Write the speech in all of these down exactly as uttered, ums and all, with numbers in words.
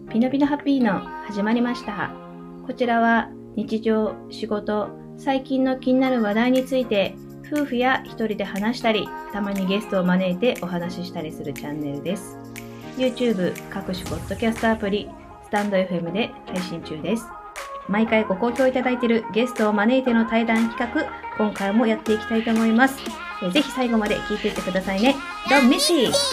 ピノピノハッピーの始まりました。こちらは日常、仕事、最近の気になる話題について夫婦や一人で話したり、たまにゲストを招いてお話ししたりするチャンネルです。YouTube、各種ポッドキャストアプリ、スタンド エフエム で配信中です。毎回ご好評いただいているゲストを招いての対談企画、今回もやっていきたいと思います。ぜひ最後まで聞いていってくださいね。Don't miss it!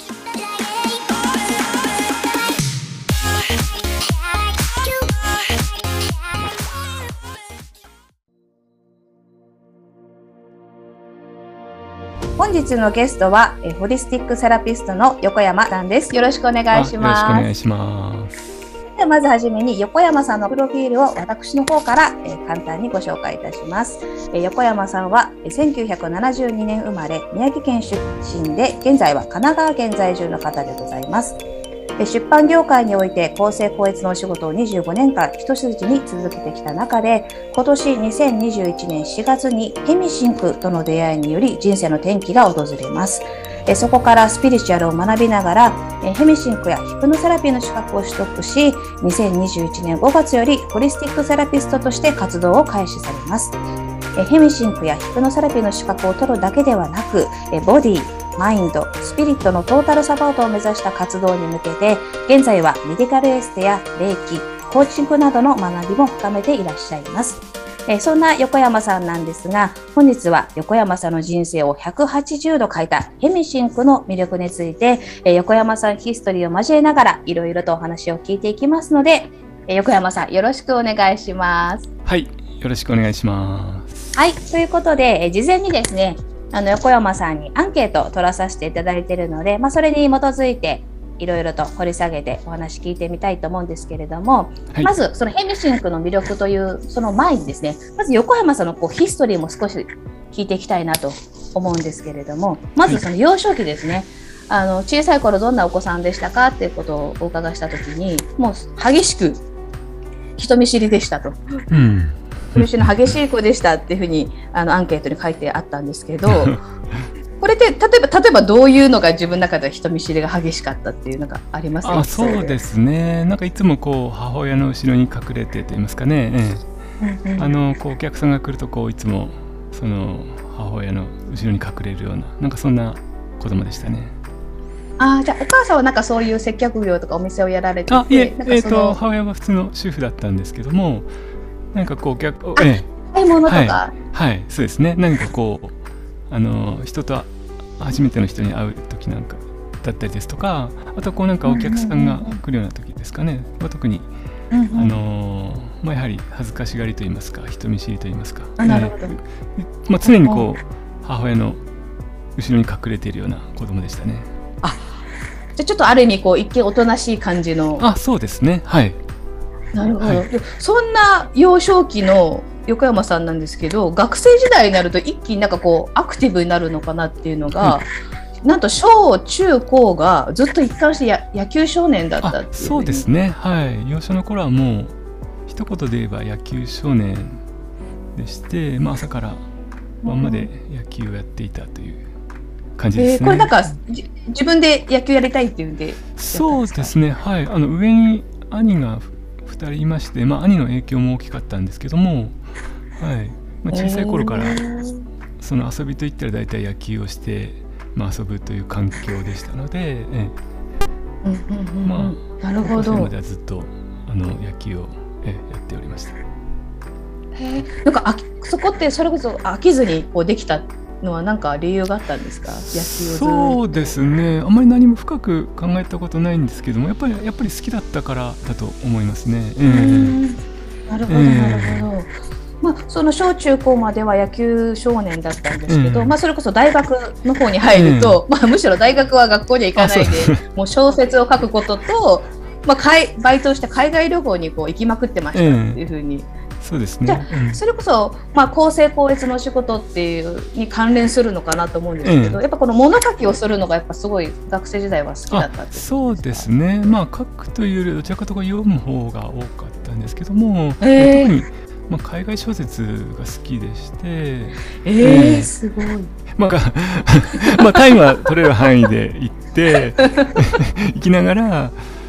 本日のゲストはホリスティックセラピストの横山さんです。よろしくお願いします。 よろしくお願いします。 ではまずはじめに横山さんのプロフィールを私の方から簡単にご紹介いたします。横山さんはせんきゅうひゃくななじゅうにねん生まれ、宮城県出身で、現在は神奈川県在住の方でございます。出版業界において公正高越のお仕事をにじゅうごねんかん一筋に続けてきた中で、今年にせんにじゅういちねんしがつにヘミシンクとの出会いにより人生の転機が訪れます。そこからスピリチュアルを学びながらヘミシンクやヒプノセラピーの資格を取得し、にせんにじゅういちねんごがつよりホリスティックセラピストとして活動を開始されます。ヘミシンクやヒプノセラピーの資格を取るだけではなく、ボディ、マインド、スピリットのトータルサポートを目指した活動に向けて、現在はメディカルエステや霊気、コーチングなどの学びも深めていらっしゃいます。そんな横山さんなんですが、本日は横山さんの人生をひゃくはちじゅうど変えたヘミシンクの魅力について、横山さんヒストリーを交えながらいろいろとお話を聞いていきますので、横山さんよろしくお願いします。 はい、よろしくお願いします。 はい、ということで事前にですね、あの横山さんにアンケートを取らさせていただいているので、まあ、それに基づいていろいろと掘り下げてお話聞いてみたいと思うんですけれども、はい、まずそのヘミシンクの魅力というその前にですね、まず横山さんのこうヒストリーも少し聞いていきたいなと思うんですけれども、まずその幼少期ですね、はい、あの小さい頃どんなお子さんでしたかっていうことをお伺いしたときに、もう激しく人見知りでしたと、うん、苦しいの激しい子でしたっていうふうにあのアンケートに書いてあったんですけどこれって例えば例えばどういうのが自分の中では人見知りが激しかったっていうのがありますか？ あ、そうですね。なんかいつもこう母親の後ろに隠れてと言いますかね、ええうんうん、あのこうお客さんが来るとこういつもその母親の後ろに隠れるような、なんかそんな子供でしたね。 あ、じゃあお母さんはなんかそういう接客業とかお店をやられてて、 あ、いえ、えーと母親は普通の主婦だったんですけども、なんかこうお客、ええ、 買い物とか、 はい、はい、そうですね。何かこうあの人と初めての人に会う時なんかだったりですとか、あとこうなんかお客さんが来るような時ですかね、は特に、うんうん、あのまあ、やはり恥ずかしがりと言いますか、人見知りと言いますか、 あ、なるほど、 まあ、常にこう母親の後ろに隠れているような子供でしたね。 あ、じゃあちょっとある意味こう一見おとなしい感じの。 あ、そうですね、はい。 なるほど、はい、そんな幼少期の横山さんなんですけど、学生時代になると一気になんかこうアクティブになるのかなっていうのが、うん、なんと小中高がずっと一貫してや野球少年だったっていう。 そうですね、はい。幼少の頃はもう一言で言えば野球少年でして、まあ、朝から晩まで野球をやっていたという感じですね。 えー、これなんか自分で野球やりたいっていうんで。 そうですね、はい。あの上に兄がふたりいまして、まあ、兄の影響も大きかったんですけども、はい、まあ、小さい頃からその遊びといったら大体野球をして、まあ、遊ぶという環境でしたので、ええ、まあ、なるほど。それまではずっとあの野球を、ええ、やっておりました。 へー、なんかあそこってそれこそ飽きずにこうできたのは何か理由があったんですか？野球をずっと。 そうですね、あんまり何も深く考えたことないんですけども、やっぱりやっぱり好きだったからだと思いますね。えー、 なるほどなるほど。まあ、その小中高までは野球少年だったんですけど、うん、まあ、それこそ大学の方に入ると、うん、まあ、むしろ大学は学校には行かないで、もう小説を書くことと、まあ、バイトして海外旅行にこう行きまくってましたっていうふうに、うん、 そうですね。 じゃあ、うん、それこそ、まあ、公正高越の仕事っていうに関連するのかなと思うんですけど、うん、やっぱこの物書きをするのがやっぱすごい学生時代は好きだったって。 そうですね、まあ、書くというよりどちらかというと読む方が多かったんですけども、 えー、 特にまあ、海外小説が好きでして、えーえー、すごい、 まあまあ、タイムは取れる範囲で行って行きながら、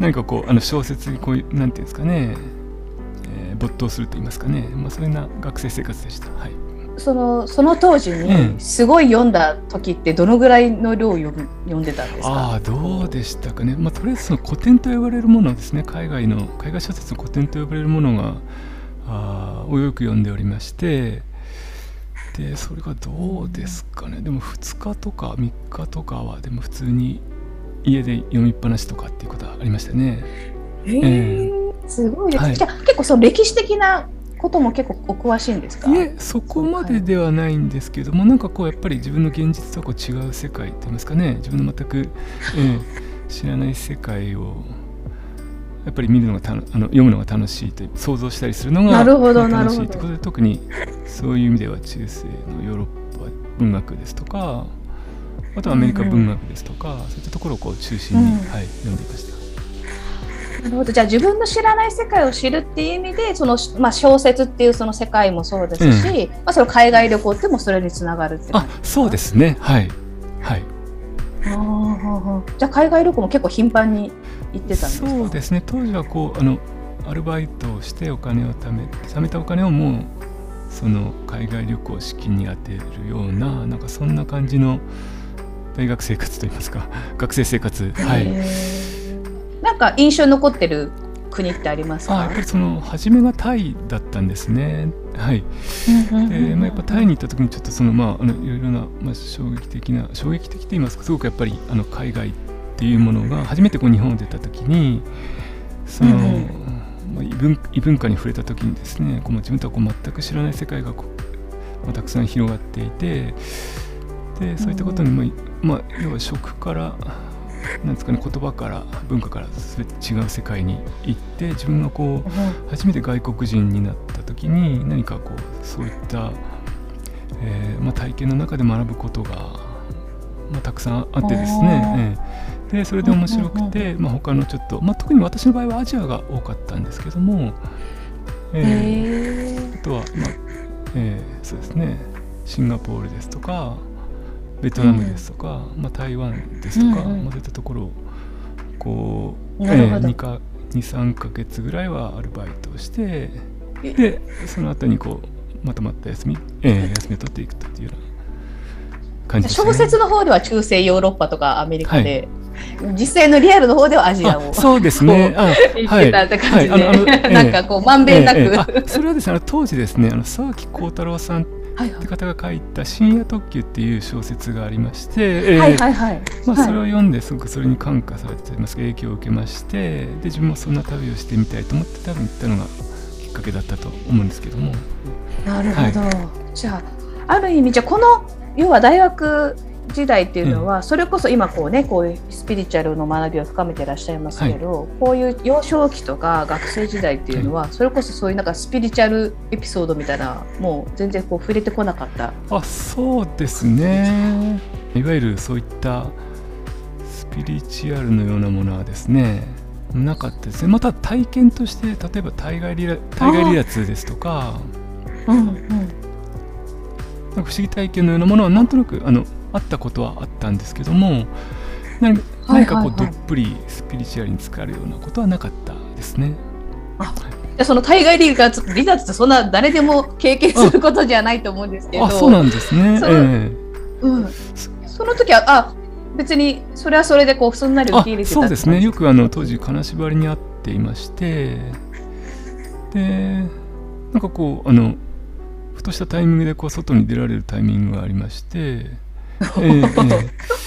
何かこうあの小説にこういうなんていうんですかね、えー、没頭すると言いますかね、まあ、そういうな学生生活でした。はい、 そのその当時にすごい読んだ時ってどのぐらいの量を読む読んでたんですか？ ああ、どうでしたかね。まあ、とりあえずその古典と呼ばれるものですね、海外の海外小説の古典と呼ばれるものがあをよく読んでおりまして、でそれがどうですかね、でもふつかとかみっかとかはでも普通に家で読みっぱなしとかっていうことはありましたね。 へえー、すごいです、はい、じゃあ結構その歴史的なことも結構お詳しいんですか？ いえ、そこまでではないんですけども、なんかこうやっぱり自分の現実とこう違う世界って言いますかね、自分の全く、えー、知らない世界をやっぱり見るのがたのあの読むのが楽しいという、想像したりするのが楽しいということで、特にそういう意味では中世のヨーロッパ文学ですとか、あとはアメリカ文学ですとか、うんうん、そういったところをこう中心に、うん、はい、読んでいました。 なるほど。じゃあ自分の知らない世界を知るっていう意味でその、まあ、小説っていうその世界もそうですし、うん、まあ、その海外旅行ってもそれにつながるって感じですか？ あ、そうですね、はいはい。 あ、じゃあ海外旅行も結構頻繁に行ってたんですか？ そうですね、当時はこうあのアルバイトをしてお金を貯め貯めたお金をもうその海外旅行資金に充てるような、なんかそんな感じの大学生活といいますか、学生生活、はい。 なんか印象に残ってる国ってありますか？ あ、やっぱりその初めがタイだったんですね。はい。で、まあ、やっぱタイに行った時にちょっとそのまああのいろいろな、まあ、衝撃的な衝撃的と言いますか、すごくやっぱりあの海外っていうものが初めてこう日本を出た時にその、うんうん、まあ、異文異文化に触れた時にですね、こう自分とはこう全く知らない世界がこう、まあ、たくさん広がっていて、でそういったことに、まあまあ、要は食からなんですかね、言葉から文化から全て違う世界に行って、自分がこう初めて外国人になった時に何かこうそういった、えーまあ、体験の中で学ぶことが、まあ、たくさんあってですね、えー、でそれで面白くて、まあ、他のちょっと、まあ、特に私の場合はアジアが多かったんですけども、えー、あとは、まあえー、そうですね、シンガポールですとかベトナムですとか、うん、まあ、台湾ですとか、うんうん、まあ、そういったところをこう、えー、に、さんかげつぐらいはアルバイトをして、でその後にこうまとまった休み、えー、休みを取っていくというような感じですね。 小説の方では中世ヨーロッパとかアメリカで、はい、実際のリアルの方ではアジアをそうですね、 行ってたって感じで、なんかこうまんべんなく、えーえー、 それはですね、あの当時ですね、あの沢木耕太郎さんって方が書いた深夜特急っていう小説がありまして、 はいはいはい、 まあ、それを読んですごくそれに感化されてます影響を受けまして、で自分もそんな旅をしてみたいと思って多分行ったのがきっかけだったと思うんですけども。 なるほど、はい、じゃあある意味じゃあこの要は大学時代っていうのは、うん、それこそ今こうねこういうスピリチュアルの学びを深めていらっしゃいますけど、はい、こういう幼少期とか学生時代っていうのは、はい、それこそそういうなんかスピリチュアルエピソードみたいなもう全然こう触れてこなかった？ あ、そうですね、いわゆるそういったスピリチュアルのようなものはですねなかったですね。また体験として例えば体外離脱ですとか、うんうん、なんか不思議体験のようなものはなんとなくあのあったことはあったんですけども、何か、何かこうどっぷりスピリチュアルに浸かるようなことはなかったですね。 あ、じゃその体外離脱離脱ってそんな誰でも経験することじゃないと思うんですけど。 あ、そうなんですね。 その、えーうん、その時はあ別にそれはそれでこうすんなり受け入れてた。 そうですね。よくあの当時金縛りにあっていまして、でなんかこうあのふとしたタイミングでこう外に出られるタイミングがありまして、えーえー、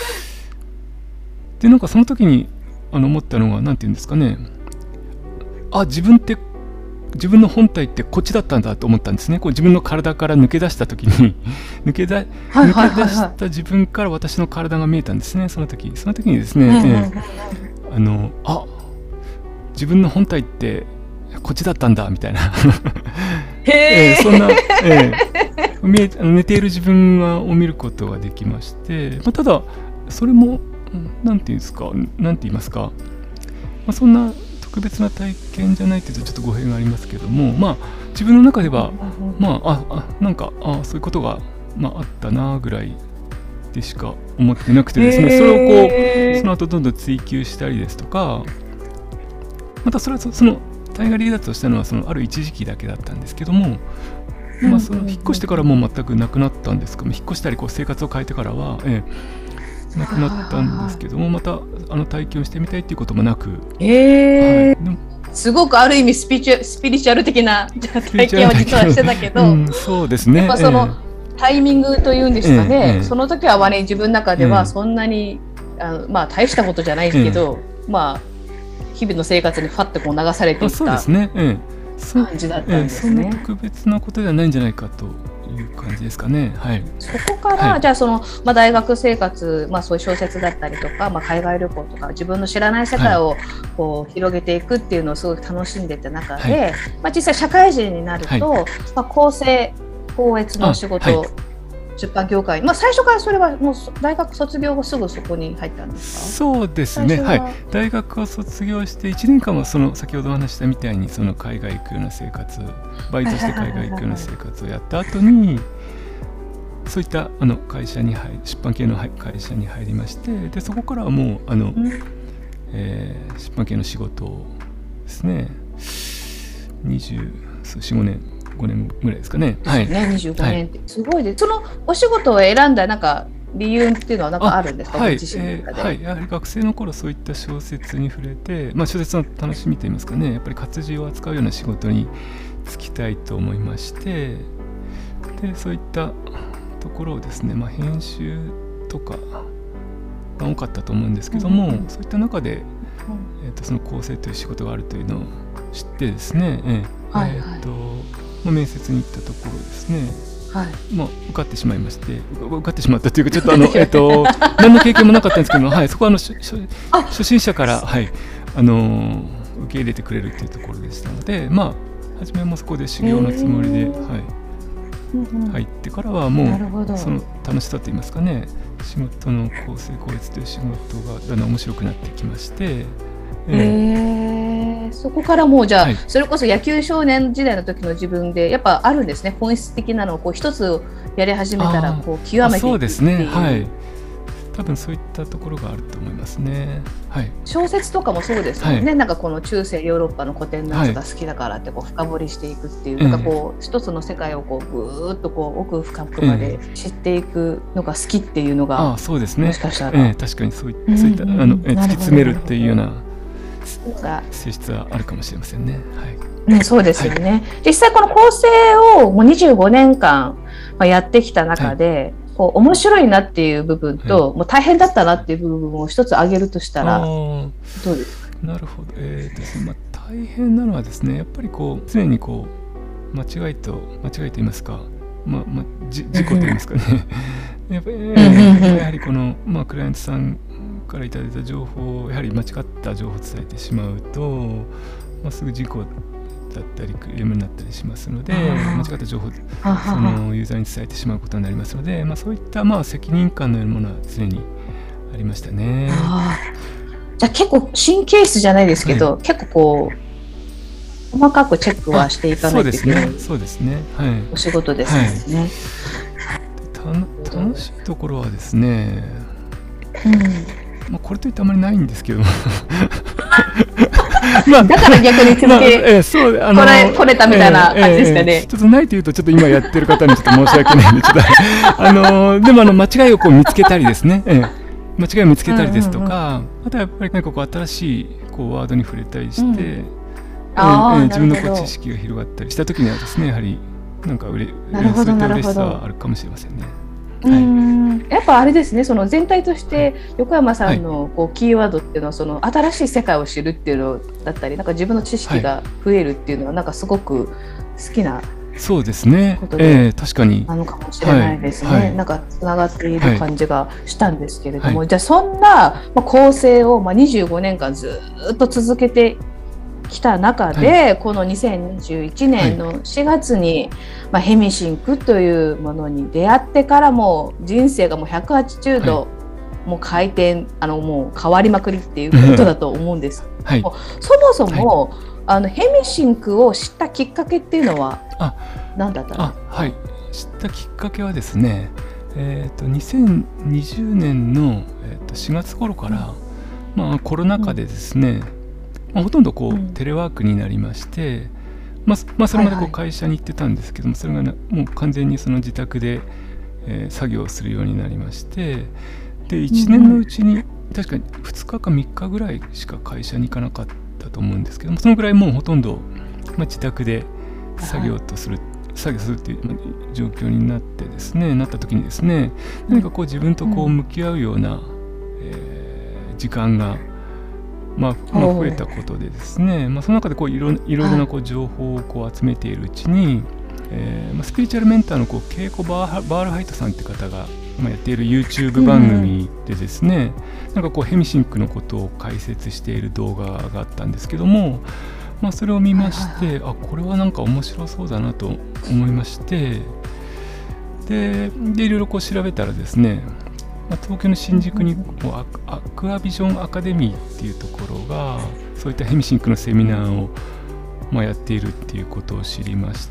でなんかその時にあの思ったのが何て言うんですかね、あ、自分って自分の本体ってこっちだったんだと思ったんですね。こう自分の体から抜け出した時に抜けだ、はいはいはいはい、抜け出した自分から私の体が見えたんですね。その時その時にですね、えー、あのあ自分の本体ってこっちだったんだみたいなへー、 えー、そんな、えー、見え寝ている自分を見ることができまして、まあ、ただそれもなんていうんですか、なんて言いますか、まあ、そんな特別な体験じゃないというとちょっと語弊がありますけども、まあ自分の中ではまあああなんかあそういうことが、まあ、あったなぐらいでしか思ってなくてですね、それをこうその後どんどん追求したりですとか、 またそれはそその大河リーダーとしたのはそのある一時期だけだったんですけども、まあ、その引っ越してからもう全くなくなったんですけど、引っ越したりこう生活を変えてからは、ええ、なくなったんですけども、またあの体験をしてみたいっていうこともなく、 えーはい、でもすごくある意味スピリチュスピリチュアル的な体験を実はしてたけど、 うん、そうですね、 やっぱその、えー、タイミングというんですかね、 えー、 その時は割に自分の中ではそんなに、えー、あのまあ大したことじゃないけど、えー、まあ日々の生活にファッとこう流されていった感じだったんですね。 そんな特別なことではないんじゃないかという感じですかね。はい、 そこから、はい、じゃあその、まあ、大学生活、まあ、そういう小説だったりとか、まあ、海外旅行とか自分の知らない世界をこう広げていくっていうのをすごく楽しんでいた中で、はい、まあ、実際社会人になると、はい、まあ、構成校閲の仕事、出版業界、まあ、最初からそれはもう大学卒業後すぐそこに入ったんですか？ そうですね、は、はい、大学を卒業していちねんかんはその先ほどお話したみたいにその海外行くような生活、バイトして海外行くような生活をやった後にそういったあの会社に入出版系の会社に入りまして、でそこからはもうあの、うん、えー、出版系の仕事をですねにじゅうよん、ごねんごねんぐらいですかね。 はい、ね、にじゅうごねんってすごいです。そのお仕事を選んだなんか理由っていうのは何かあるんですか？ はい、 ご自身の中で。 えー、はい、やはり学生の頃そういった小説に触れて、まあ、小説の楽しみといいますかね、やっぱり活字を扱うような仕事に就きたいと思いまして、でそういったところをですね、まあ、編集とかが多かったと思うんですけども、うん、そういった中で、うん、えー、とその構成という仕事があるというのを知ってですね、えーはいはい、えーとまあ、面接に行ったところですね、はい、まあ、受かってしまいまして、受かってしまったというかちょっとあの、えー、と何の経験もなかったんですけど、はい、そこはあの初心者から、はい、あのー、受け入れてくれるというところでしたので、まあ初めもそこで修行のつもりで、はい、入ってからはもうその楽しさといいますかね、仕事の構成校閲という仕事がだんだん面白くなってきまして、 えーえー、そこからもうじゃあ、はい、それこそ野球少年時代の時の自分でやっぱあるんですね、本質的なのをこう一つやり始めたらこう極めていくっていう。 そうですね、はい、多分そういったところがあると思いますね。はい、 小説とかもそうですよね、はい、なんかこの中世ヨーロッパの古典のやつが好きだからってこう深掘りしていくっていう、はい、なんかこう一つの世界をこうぐーっとこう奥深くまで知っていくのが好きっていうのが、 ああそうですね、 もしかしたら、 えー、確かにそういった、そういったあの突き詰めるっていうような性質はあるかもしれませんね。はい、 ね、そうですよね、はい、実際この構成をもうにじゅうごねんかんやってきた中で、はい、こう面白いなっていう部分と、はい、もう大変だったなっていう部分を一つ挙げるとしたらどうですか？ なるほど、えーですね、まあ、大変なのはですね、やっぱりこう常にこう間違いと間違いと言いますか、まあまあ、じ事故と言いますかねやっぱり、えー、やはりこの、まあ、クライアントさんからいただいた情報をやはり間違った情報を伝えてしまうと、まあ、すぐ事故だったりクレームになったりしますので、間違った情報をそのユーザーに伝えてしまうことになりますので、まあ、そういったまあ責任感のようなものは常にありましたね。 あ、じゃあ結構神経質じゃないですけど、はい、結構こう細かくチェックはしていかないといけない、 そうですね、はい、 お仕事ですね。 はい、た楽しいところはですね、うん、まあ、これといってあまりないんですけどまあ、だから逆に続け、まあえー、そうあのこれこれたみたいな感じですかね、えーえー、 ちょっとないというとちょっと今やってる方にちょっと申し訳ないんでちょっとあのでもあの間違いをこう見つけたりですね、えー、間違いを見つけたりですとか、うんうんうん、あとはやっぱり何かこう新しいこうワードに触れたりして、うん、えー、自分のこう知識が広がったりした時にはですね、やはりなんかうれそういった嬉しさはあるかもしれませんね。 うーん、やっぱあれですね、その全体として横山さんのこうキーワードっていうのはその新しい世界を知るっていうのだったり、なんか自分の知識が増えるっていうのはなんかすごく好きなそうですね、 ことで、 えー、確かになのかもしれないですね、はいはい、なんかつながっている感じがしたんですけれども、 はい、 じゃあそんな構成をまあにじゅうごねんかんずっと続けてきた中で、はい、このにせんにじゅういちねんのしがつに、はい、まあ、ヘミシンクというものに出会ってからも人生がもうひゃくはちじゅうど、はい、もう回転あのもう変わりまくりっていうことだと思うんです、はい、そもそも、はい、あのヘミシンクを知ったきっかけっていうのは何だったんですか？ はい、知ったきっかけはですね、えー、とにせんにじゅうねんの、えー、としがつ頃から、うん、まあ、コロナ禍でですね、 まあ、ほとんどこう、 うん、 テレワークになりまして、まあまあ、それまでこうはいはい会社に行ってたんですけども、それがなもう完全にその自宅で、えー作業をするようになりまして、でいちねんのうちに確かにふつかかみっかぐらいしか会社に行かなかったと思うんですけども、そのぐらいもうほとんど、まあ、自宅で作業とする、作業するっていうまあ状況になってですね、なった時にですね、何かこう自分とこう向き合うような、えー時間が、まあまあ、増えたことでですね、まあ、その中でこういろいろいろなこう情報をこう集めているうちに、えーまあ、スピリチュアルメンターのこうケイコ・バーハバールハイトさんって方が、まあ、やっている YouTube 番組でですね、なんかこうヘミシンクのことを解説している動画があったんですけども、まあ、それを見まして、あ、これはなんか面白そうだなと思いまして、で、でいろいろこう調べたらですね、まあ、東京の新宿にこうアクアクアビジョンアカデミーっていうところがそういったヘミシンクのセミナーをまあやっているっていうことを知りまして、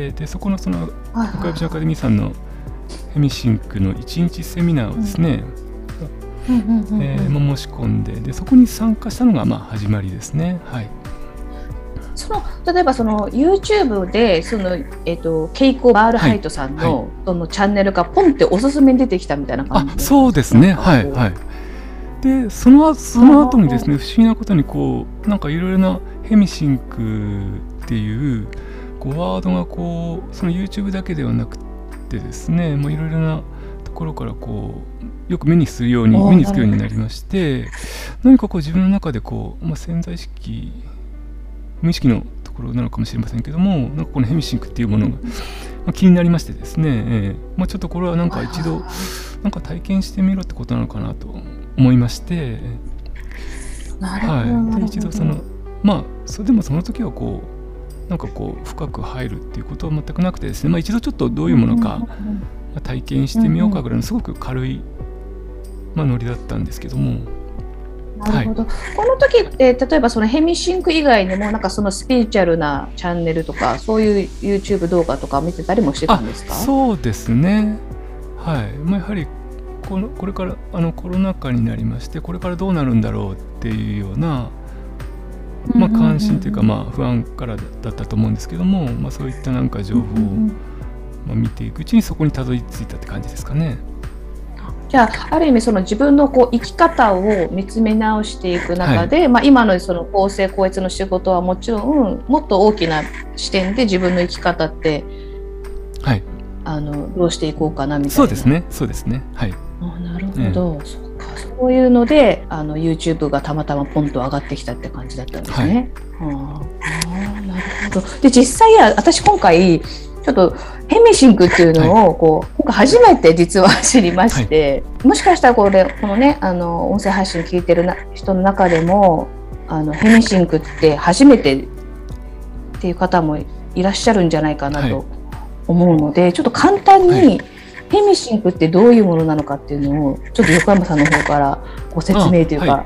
でそこのそのアクアビジョンアカデミーさんのヘミシンクのいちにちセミナーをですね、えーまあ、申し込んで、でそこに参加したのがまあ始まりですね。はい。 その例えばその YouTube でその、えー、とケイコ・バールハイトさんの、 はいはい、 そのチャンネルがポンっておすすめに出てきたみたいな感じ。 あ、そうですね。はいはい。でそのその後にですね、不思議なことにこうなんかいろいろなヘミシンクっていうこうワードがこうその YouTube だけではなくてですね、まあいろいろなところからこうよく目にするように目につくようになりまして、何かこう自分の中でこう、まあ、潜在意識無意識のところなのかもしれませんけども、なんかこのヘミシンクっていうものが、まあ、気になりましてですね、えーまあ、ちょっとこれはなんか一度なんか体験してみろってことなのかなと思いまして、 なるほど、はい、 で一度そのまあそれでもその時はこうなんかこう深く入るっていうことは全くなくてですね、まあ、一度ちょっとどういうものか、まあ、体験してみようかぐらいのすごく軽い、まあ、ノリだったんですけども。 なるほど、はい、この時って例えばそのヘミシンク以外にもなんかそのスピリチュアルなチャンネルとかそういう YouTube 動画とか見てたりもしてたんですか？ そうですね、はい、まあ、やはりこのこれからあのコロナ禍になりまして、これからどうなるんだろうっていうような、まあ、関心というか、まあ、不安からだったと思うんですけども、まあ、そういったなんか情報を、まあ、見ていくうちにそこにたどり着いたって感じですかね。 じゃあ、ある意味その自分のこう生き方を見つめ直していく中で、はい、まあ、今のその公正高越の仕事はもちろんもっと大きな視点で自分の生き方って、はい、あのどうしていこうかなみたいな。 そうですね、そうですね、はい。 あ、なるほど、えー、そうか、そういうのであの YouTube がたまたまポンと上がってきたって感じだったんですね。はい、ああ、なるほど。で実際や私今回ちょっとヘミシンクっていうのをこう、はい、今回初めて実は知りまして、はい、もしかしたらこれこのねあの音声配信聞いてるな人の中でもあのヘミシンクって初めてっていう方もいらっしゃるんじゃないかなと思うので、はい、ちょっと簡単に、はい、ヘミシンクってどういうものなのかっていうのをちょっと横山さんの方からご説明というか、はい、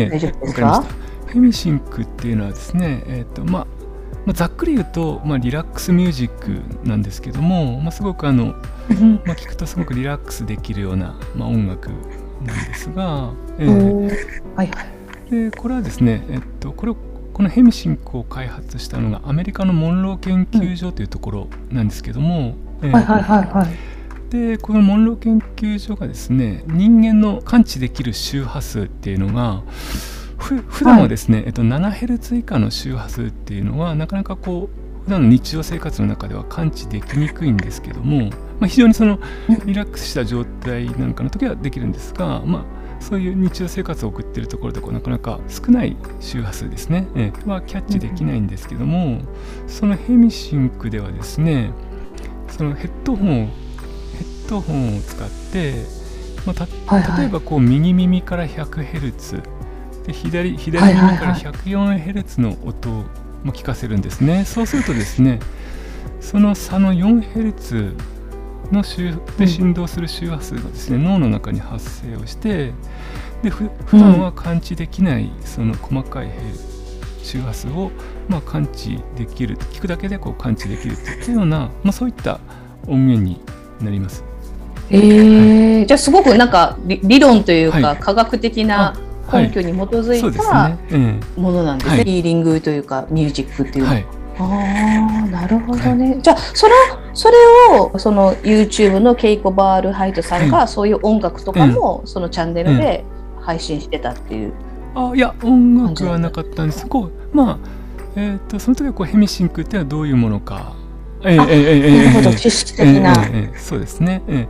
大丈夫ですか？ ええ、ヘミシンクっていうのはですね、えーとまあまあ、ざっくり言うと、まあ、リラックスミュージックなんですけども、まあ、すごくあの、まあ、聞くとすごくリラックスできるような、まあ、音楽なんですが、えーはいはい、でこれはですね、えっと、これこのヘミシンクを開発したのがアメリカのモンロー研究所というところなんですけども、でこのモンロー研究所がですね、人間の感知できる周波数っていうのがふ普段はですね、はい、えっと、ななヘルツ以下の周波数っていうのはなかなかこう普段の日常生活の中では感知できにくいんですけども、まあ、非常にそのリラックスした状態なんかの時はできるんですが、まあ、そういう日常生活を送っているところでこうなかなか少ない周波数ですね、えー、はキャッチできないんですけども、そのヘミシンクではですね、そのヘッドホンをヘッドホンを使って、まあ、たはいはい、例えばこう右耳から ひゃくヘルツで 左, 左耳から ひゃくよんヘルツ の音を聞かせるんですね。そうするとですね、その差の よんヘルツ の周で振動する周波数がですね、うん、脳の中に発生をしてでふ普段は感知できないその細かい周波数をまあ感知できる、聞くだけでこう感知できるというような、まあ、そういった音源になります。 えーはい、じゃあすごくなんか 理, 理論というか、はい、科学的な根拠に基づいたものなんですね。 はい、 ヒーリングというかミュージックっていうのは。はい、ああ、なるほどね。はい、じゃあそれをそれをその YouTube のケイコ・バールハイトさんが、はい、そういう音楽とかもそのチャンネルで配信してたっていう、 うん、あいや音楽はなかったんです。こうまあえー、とその時はこうヘミシンクっていうのはどういうものか、 えー、えー、なるほど、知識的な、えーえー、そうですね。え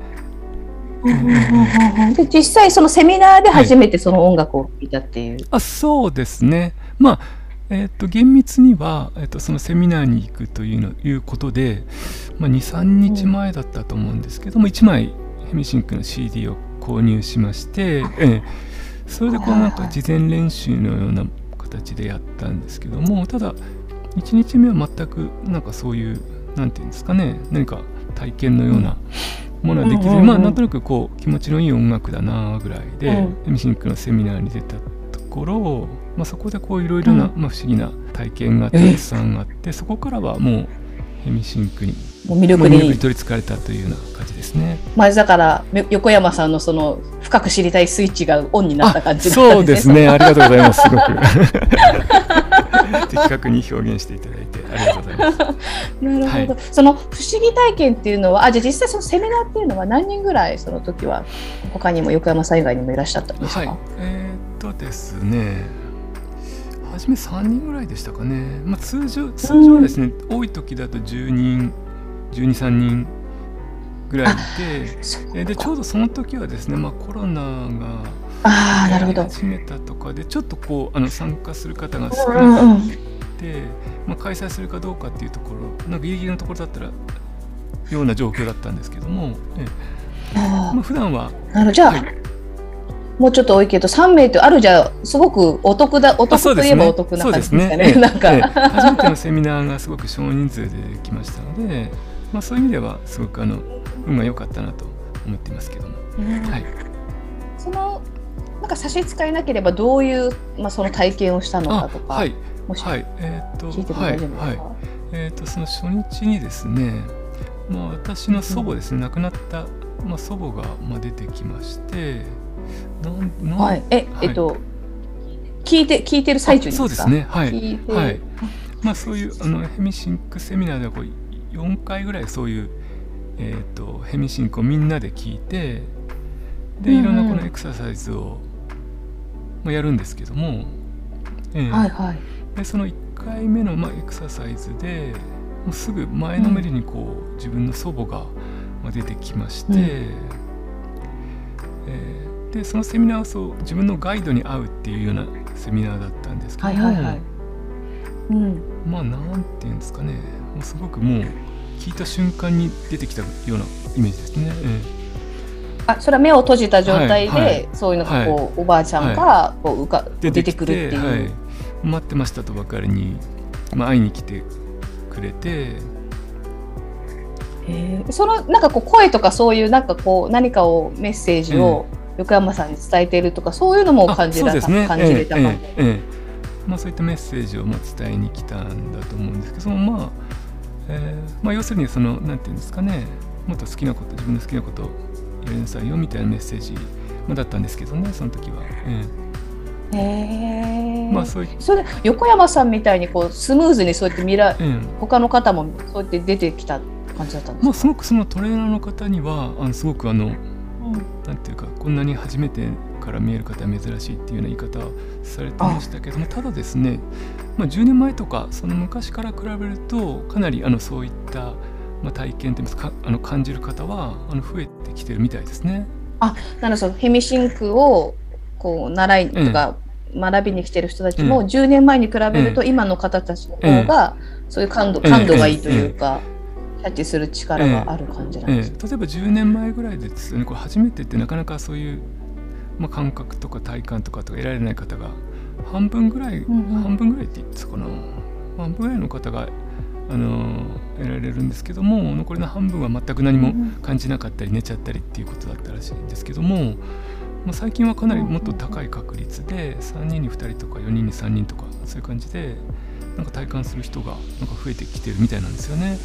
ー、で実際そのセミナーで初めてその音楽を聴いたっていう、はい、 あそうですね。まあえー、と厳密には、えー、とそのセミナーに行くというのいうことで、まあ、にさんにちまえだったと思うんですけども、うん、いちまいヘミシンクの シーディー を購入しまして、えー、それでこうなんか事前練習のような形でやったんですけども、ただいちにちめは全くなんかそういうなんていうんですかね、何か体験のようなものはできず、うん、まあなんとなくこう気持ちのいい音楽だなぐらいで、うん、ヘミシンクのセミナーに出たところ、まあ、そこでこういろいろな、まあ、不思議な体験がたくさんあって、そこからはもうヘミシンクにもう魅力に取りつかれたというような感じですね。 まあ、だから横山さんのその深く知りたいスイッチがオンになった感じだったんですね。 そうですね、ありがとうございます。すごく的確に表現していただいてありがとうございます。なるほど、はい、その不思議体験っていうのは、あ、じゃあ実際そのセミナーっていうのは何人ぐらいその時は他にも横山さん以外にもいらっしゃったんですか？ はい、えー、っとですね、初めさんにんぐらいでしたかね。まあ、通常通常はですね、うん、多い時だとじゅうにんじゅうに、さんにんぐらいいて、でちょうどその時はですね、まあ、コロナがあなるほど始めたとかでちょっとこうあの参加する方が少なくて、うんうん、まあ、開催するかどうかっていうところなんかギリギリのところだったらような状況だったんですけども、ええ、あ、まあ、普段はなるほど、じゃあ、はい、もうちょっと多いけどさんめいとあるじゃすごくお得だお得といえばお得な感じですかね。なんか、ええ、 初めてのセミナーがすごく少人数でできましたので、まあ、そういう意味ではすごくあの運が良かったなと思っていますけども、うん、はい、 そのなんか差し支えなければどういう、まあ、その体験をしたのかとか、 はい、 もしはい、えー、と聞いても大丈夫ですか？ はいはい、えー、とその初日にですね、まあ、私の祖母ですね、うん、亡くなった、まあ、祖母が、まあ、出てきまして、なんなんはい、え、はい、えっと聞いて聞いてる最中にですか？ そうですね、はい、はい、まあ、そういうあのヘミシンクセミナーではこうよんかいぐらいそういう、えー、とヘミシンクをみんなで聞いて、でいろんなこのエクササイズを、まあ、やるんですけども、えーはいはい、 でそのいっかいめの、まあ、エクササイズでもうすぐ前のめりにこう、うん、自分の祖母が、まあ、出てきまして、うん、えー、でそのセミナーはそう自分のガイドに会うっていうようなセミナーだったんですけども、はいはいはい、うん、まあなんていうんですかね、もうすごくもう聞いた瞬間に出てきたようなイメージですね。えーあ、それは目を閉じた状態で、はいはい、そういうのがこう、はい、おばあちゃんがこう、はい、出てくるっていう、はい、 待ってましたとばかりに、まあ、会いに来てくれて、 へそのなんかこう声とかそういうなんかこう何かをメッセージを横山さんに伝えているとか、そういうのも感じられた、ね、感じれた感じ、ええええ、 まあ、そういったメッセージをまあ伝えに来たんだと思うんですけど、そのまあ、えーまあ、要するにそのなんていうんですかね、もっと好きなこと、自分の好きなことをやりなさいよみたいなメッセージだったんですけどね、その時は。 えー、へー、 まあ、そういそれ横山さんみたいにこうスムーズにそうやって見ら、うん、他の方もそうやって出てきた感じだったんですか？ まあ、すごくそのトレーナーの方にはあのすごくあの、うん、なんていうかこんなに初めてから見える方は珍しいっていうような言い方をされてましたけども、ただですね、まあ、じゅうねんまえとかその昔から比べるとかなりあのそういったまあ、体験といいますか、あの感じる方はあの増えてきてるみたいですね。 あ、なるほど。ヘミシンクをこう習いとか学びに来てる人たちも、うん、じゅうねんまえに比べると今の方たちの方が、うん、そういう感度、感度がいいというか、うん、キャッチする力がある感じなんです、 ええ、例えばじゅうねんまえぐらいですよね、これ初めてってなかなかそういう、まあ、感覚とか体感とかとか得られない方が半分ぐらい、うんうん、半分ぐらいって言ってたかな、半分ぐらいの方があの得られるんですけども、残りの半分は全く何も感じなかったり寝ちゃったりっていうことだったらしいんですけども、まあ、最近はかなりもっと高い確率でさんにんにふたりとかよにんにさんにんとかそういう感じでなんか体感する人がなんか増えてきてるみたいなんですよね。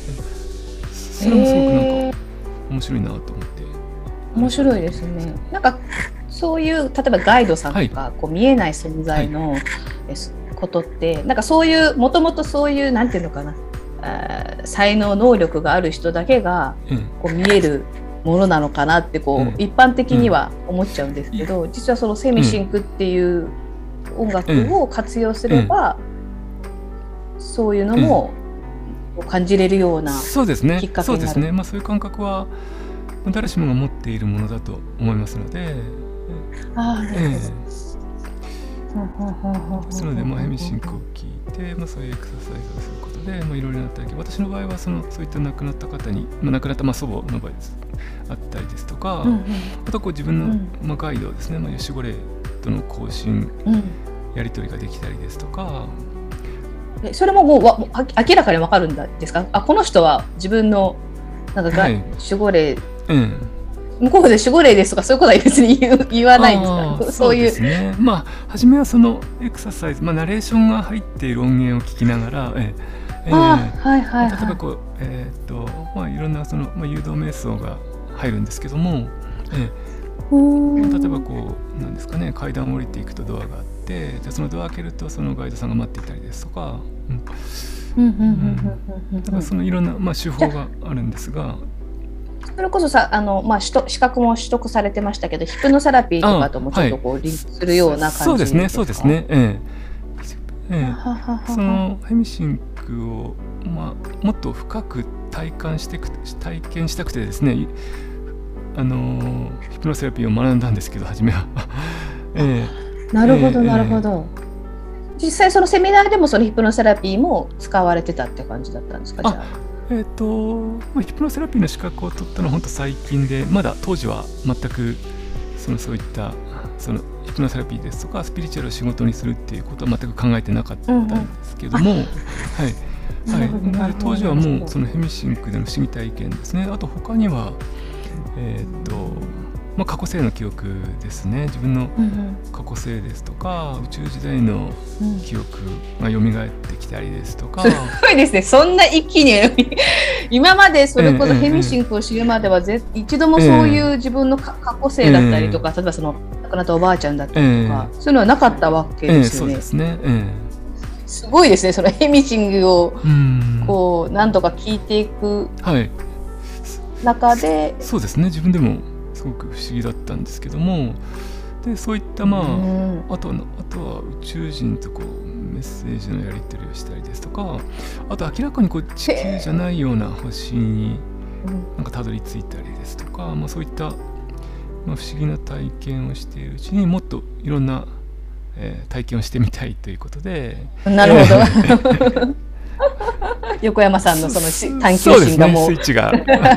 それもすごくなんか面白いなと思って。 面白いですね。なんかそういう例えばガイドさんとか、 はこう見えない存在の、えことってなんかそういうもともとそういうなんていうのかな、あー才能能力がある人だけがうんこう見えるものなのかなってこう、 うん一般的には思っちゃうんですけど、実はそのセミシンクっていう音楽を活用すれば、そういうのも感じれるようなそうですねきっかけになる。 そうですね、まあ、そういう感覚は誰しもが持っているものだと思いますので、 あーなるほどええですので、まあ、ヘミシンクを聞いて、まあ、そういうエクササイズをすることで、まあ、いろいろな体験、私の場合はそのそういった亡くなった方に、まあ、亡くなったまあ祖母の場合ですあったりですとか、 うんうんあとこう自分の、 うんまあ、ガイドですね、まあ、吉五霊との交信うんやり取りができたりですとか、 えそれももうわもうあ明らかにわかるんですか？あ、この人は自分のなんかが、 はい守護霊、 うん向こうで守護霊ですとかそういうことは別に言う言わないんですあか？ ーそういう。 ですね。まあ初めはそのエクササイズ、まあ、ナレーションが入っている音源を聞きながら、ええええあーはいはいはい。 例えばこう、えーっとまあ、いろんなその、まあ、誘導瞑想が入るんですけども、えうーんえ例えばこうなんですかね、階段を降りていくとドアがあって、じゃあそのドア開けるとそのガイドさんが待っていたりですとか、うんうんうんうんうんうんだからそのいろんな、まあ、手法があるんですが、 それこそさあの、まあ、取得資格も取得されてましたけど、ヒプノセラピーとかともちょっとこうリンクするような感じですか？ そうですね、そうですね。ええええははははそのヘミシンクを、まあ、もっと深く体感してく体験したくてですね、あのヒプノセラピーを学んだんですけど、初めは、ええなるほどええなるほど。実際そのセミナーでもそのヒプノセラピーも使われてたって感じだったんですか？じゃあえーとまあ、ヒプノセラピーの資格を取ったのは本当最近で、まだ当時は全くそのそういったそのヒプノセラピーですとかスピリチュアルを仕事にするっていうことは全く考えてなかったんですけども、はいなるほどはい、なので当時はなるほどもうそのヘミシンクでの不思議体験ですね。あと他にはえーとまあ、過去世の記憶ですね。自分の過去世ですとか宇宙時代の記憶が蘇ってきたりですとか、 すごいですね。そんな一気に今までそれこそヘミシンクを知るまではぜ一度もそういう自分のか過去世だったりとか、例えばその亡くなったおばあちゃんだったりとか、そういうのはなかったわけええですよね。 そうですね。えすごいですね。そのヘミシングをえうんこう何度か聞いていくはい中で、 そうですね。自分でもすごく不思議だったんですけども、でそういったまあ、 うんあとはあとは宇宙人とこうメッセージのやり取りをしたりですとか、あと明らかにこう地球じゃないような星になんかたどり着いたりですとか、まあ、そういった、まあ、不思議な体験をしているうちにもっといろんな、えー体験をしてみたいということで、 なるほど。横山さんのそのし探求心がもうそうですね、スイッチが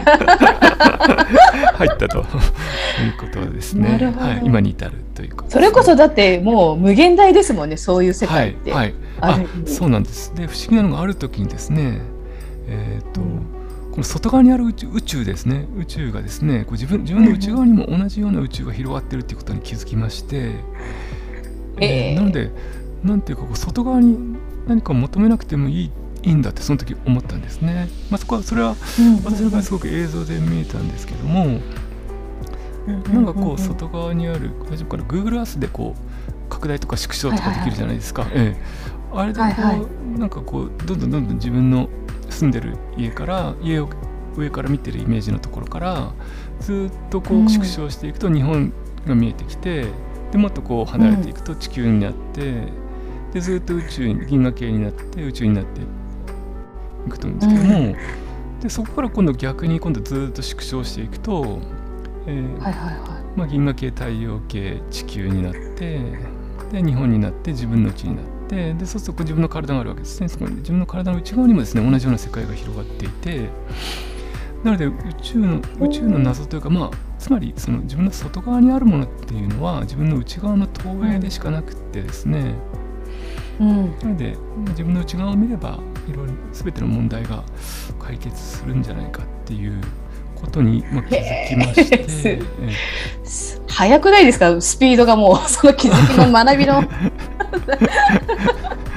入ったということですね。 なるほどはい、今に至るということですね。 それこそだってもう無限大ですもんね、そういう世界って。 はいはい、あある意味そうなんです。で不思議なのがある時にですね、えーとうんこの外側にある宇宙、宇宙ですね、宇宙がですねこう自分自分の内側にも同じような宇宙が広がっているということに気づきまして、 えーなのでなんていうかこう外側に何かを求めなくてもいいいいんだってその時思ったんですね。まあ、そこはそれは私の場合すごく映像で見えたんですけども、なんかこう外側にある大丈夫かな、 Google Earth でこう拡大とか縮小とかできるじゃないですか。ええあれでこう、 はいはいなんかこうどんどんどんどん自分の住んでる家から家を上から見てるイメージのところからずっとこう縮小していくと日本が見えてきて、でもっとこう離れていくと地球になって、でずっと宇宙に銀河系になって宇宙になっていくと思うんですけども、うん、でそこから今度逆に今度ずっと縮小していくと、えーはいはいはいまあ、銀河系太陽系地球になってで日本になって自分の内になってでそうすると自分の体があるわけですね。そこに自分の体の内側にもですね同じような世界が広がっていて、なので宇宙の宇宙の謎というか、まあつまりその自分の外側にあるものっていうのは自分の内側の投影でしかなくってですね、 うん、 なので自分の内側を見ればいろいろ全ての問題が解決するんじゃないかっていうことに、まあ、気づきまして、ええ、 早くないですか、スピードがもうその気づきの学びのそ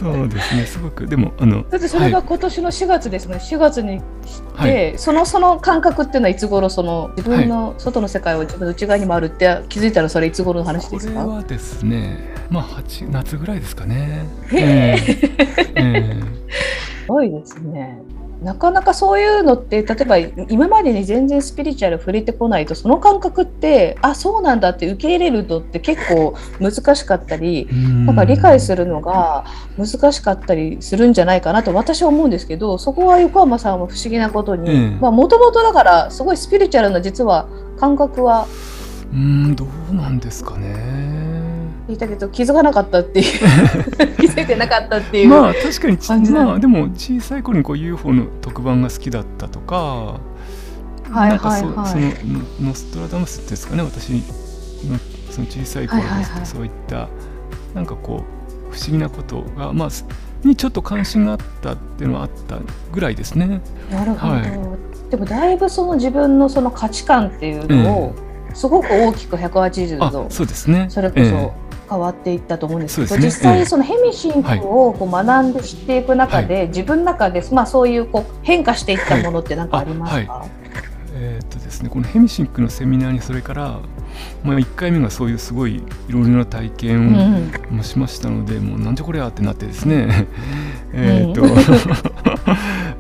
そうですね、すごくでもあのだってそれが今年のしがつですね、はい、しがつにして、はい、そのその感覚っていうのはいつ頃その自分の外の世界を自分の内側にもあるって気づいたらそれいつ頃の話ですか？ これはですね、まあはちがつぐらいですかね。 へえーえー、すごいですね。なかなかそういうのって例えば今までに全然スピリチュアル触れてこないとその感覚ってあそうなんだって受け入れるのって結構難しかったりなんか理解するのが難しかったりするんじゃないかなと私は思うんですけど、そこは横浜さんも不思議なことにもともとだからすごいスピリチュアルな実は感覚はうーんどうなんですかね。 聞いたけど気づかなかったっていう気づいてなかったっていうまあ確かにち、まあ、でも小さい頃にこう ユーフォー の特番が好きだったとか、はいはいはい、なんか そ, そのノストラダムスってですかね、私のその小さい頃ですと、はいはいはい、そういったなんかこう不思議なことが、まあ、にちょっと関心があったっていうのはあったぐらいですね。 なるほど、はい、でもだいぶその自分のその価値観っていうのをすごく大きくひゃくはちじゅうど、 うん、そうですね、 それこそ、えー変わっていったと思うんですけど、ね、実際そのヘミシンクをこう学んで知っていく中で、はい、自分の中で、まあ、そういうこう変化していったものって何かありますか？はいはい、 えーっとですね、このヘミシンクのセミナーにそれから、まあ、いっかいめがそういうすごいいろいろな体験をもしましたので、うん、もうなんじゃこりゃってなってですねえっと、うん、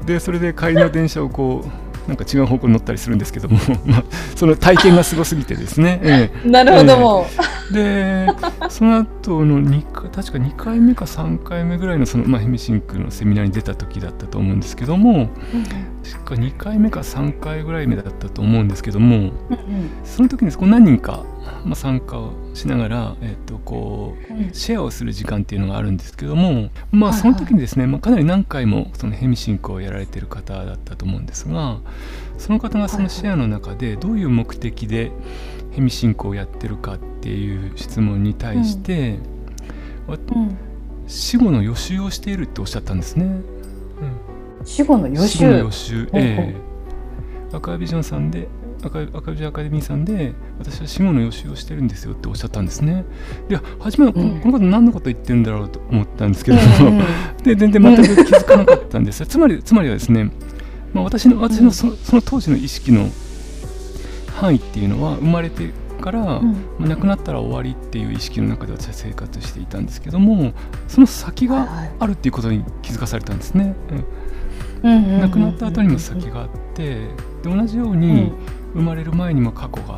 でそれで帰りの電車をこうなんか違う方向に乗ったりするんですけどもまあ、その体験がすごすぎてですね、えー、なるほども、 えー、でその後のにかい確かにかいめかさんかいめぐらいのその、まあ、ヘミシンクのセミナーに出た時だったと思うんですけども、うん、確かにかいめかさんかいぐらい目だったと思うんですけども、うんうん、その時にこう何人か、まあ、参加をしながら、えー、とこうシェアをする時間っていうのがあるんですけども、まあ、その時にですね、はいはい、まあ、かなり何回もそのヘミシンクをやられている方だったと思うんですが、その方がそのシェアの中でどういう目的でヘミシンクをやってるかっていう質問に対して、うんうん、死後の予習をしているっておっしゃったんですね。うん、 死後の予習、 死後の予習、えー、アクアビジョンさんでアクアビジョンアカデミーさんで私は死後の予習をしてるんですよっておっしゃったんですね。で初めはこのこと何のこと言ってるんだろうと思ったんですけども、うん、で全然全く気づかなかったんですつまりつまりはですね、まあ、私の私の そ, その当時の意識の範囲っていうのは生まれてから、うんまあ、亡くなったら終わりっていう意識の中で私は生活していたんですけども、その先があるっていうことに気づかされたんですね。うん、亡くなった後にも先があってで同じように生まれる前にも過去があって、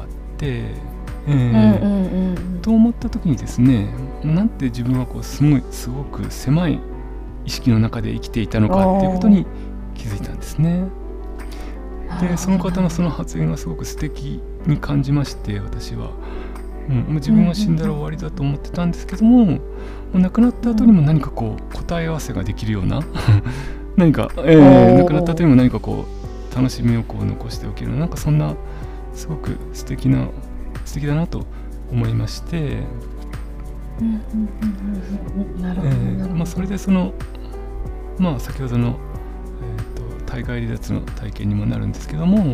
えー、と思った時にですね、なんて自分はこうすごいすごく狭い意識の中で生きていたのかっていうことに気づいたんですね。でその方のその発言がすごく素敵に感じまして、私は、うん、もう自分は死んだら終わりだと思ってたんですけども、もう亡くなった後にも何かこう答え合わせができるような何か、えー、亡くなった後にも何かこう楽しみをこう残しておけるような、なんかそんなすごく素敵な素敵だなと思いまして、それでそのまあ先ほどの体外離脱の体験にもなるんですけども、うん、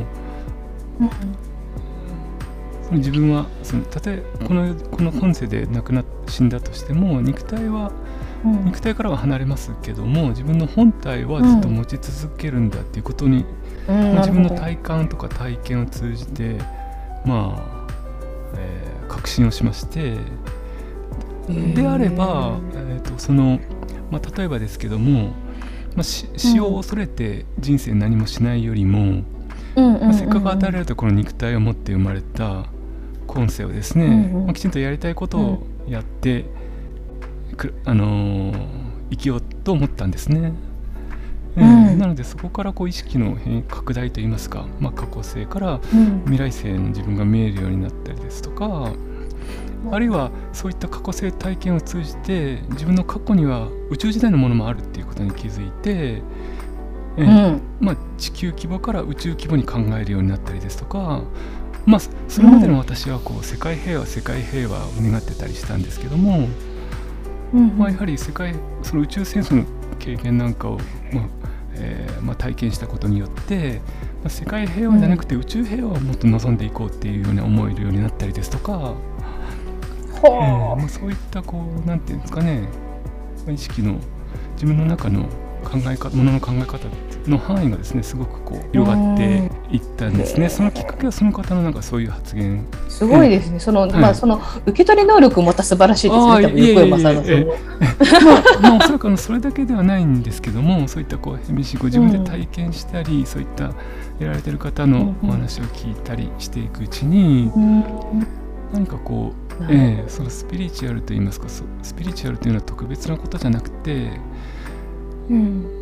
その自分はそのたとえこのこの今世で亡くなっ死んだとしても肉体は、うん、肉体からは離れますけども自分の本体はずっと持ち続けるんだっていうことに、うんまあ、自分の体感とか体験を通じてまあ、えー、確信をしまして、であれば、えーとそのまあ、例えばですけどもまあ、死を恐れて人生何もしないよりも、うんまあ、せっかく与えられたこの肉体を持って生まれた今世をですね、うんうんまあ、きちんとやりたいことをやって、うん、あのー、生きようと思ったんですね。うん、なのでそこからこう意識の変拡大といいますか、まあ、過去世から未来世の自分が見えるようになったりですとか、あるいはそういった過去性体験を通じて自分の過去には宇宙時代のものもあるっていうことに気づいて、えーうんまあ、地球規模から宇宙規模に考えるようになったりですとか、まあ、それまでの私はこう世界平和世界平和を願ってたりしたんですけども、うんまあ、やはり世界その宇宙戦争の経験なんかを、まあえーまあ、体験したことによって、まあ、世界平和じゃなくて宇宙平和をもっと望んでいこうっていうように思えるようになったりですとか、えーまあ、そういったこうなんていうんですかね、意識の自分の中の考え方、ものの考え方の範囲がですねすごくこう広がっていったんですね。そのきっかけはその方のなんかそういう発言。 すごいですね。その、 はい、 まあその受け取り能力もまた素晴らしいですね。多分横山さんのその。 まあおそらくあのそれだけではないんですけども、そういったこうヘミシンクを自分で体験したり、うん、そういったやられてる方のお話を聞いたりしていくうちに、うん、何かこう、えー、そのスピリチュアルといいますか、スピリチュアルというのは特別なことじゃなくて、うん、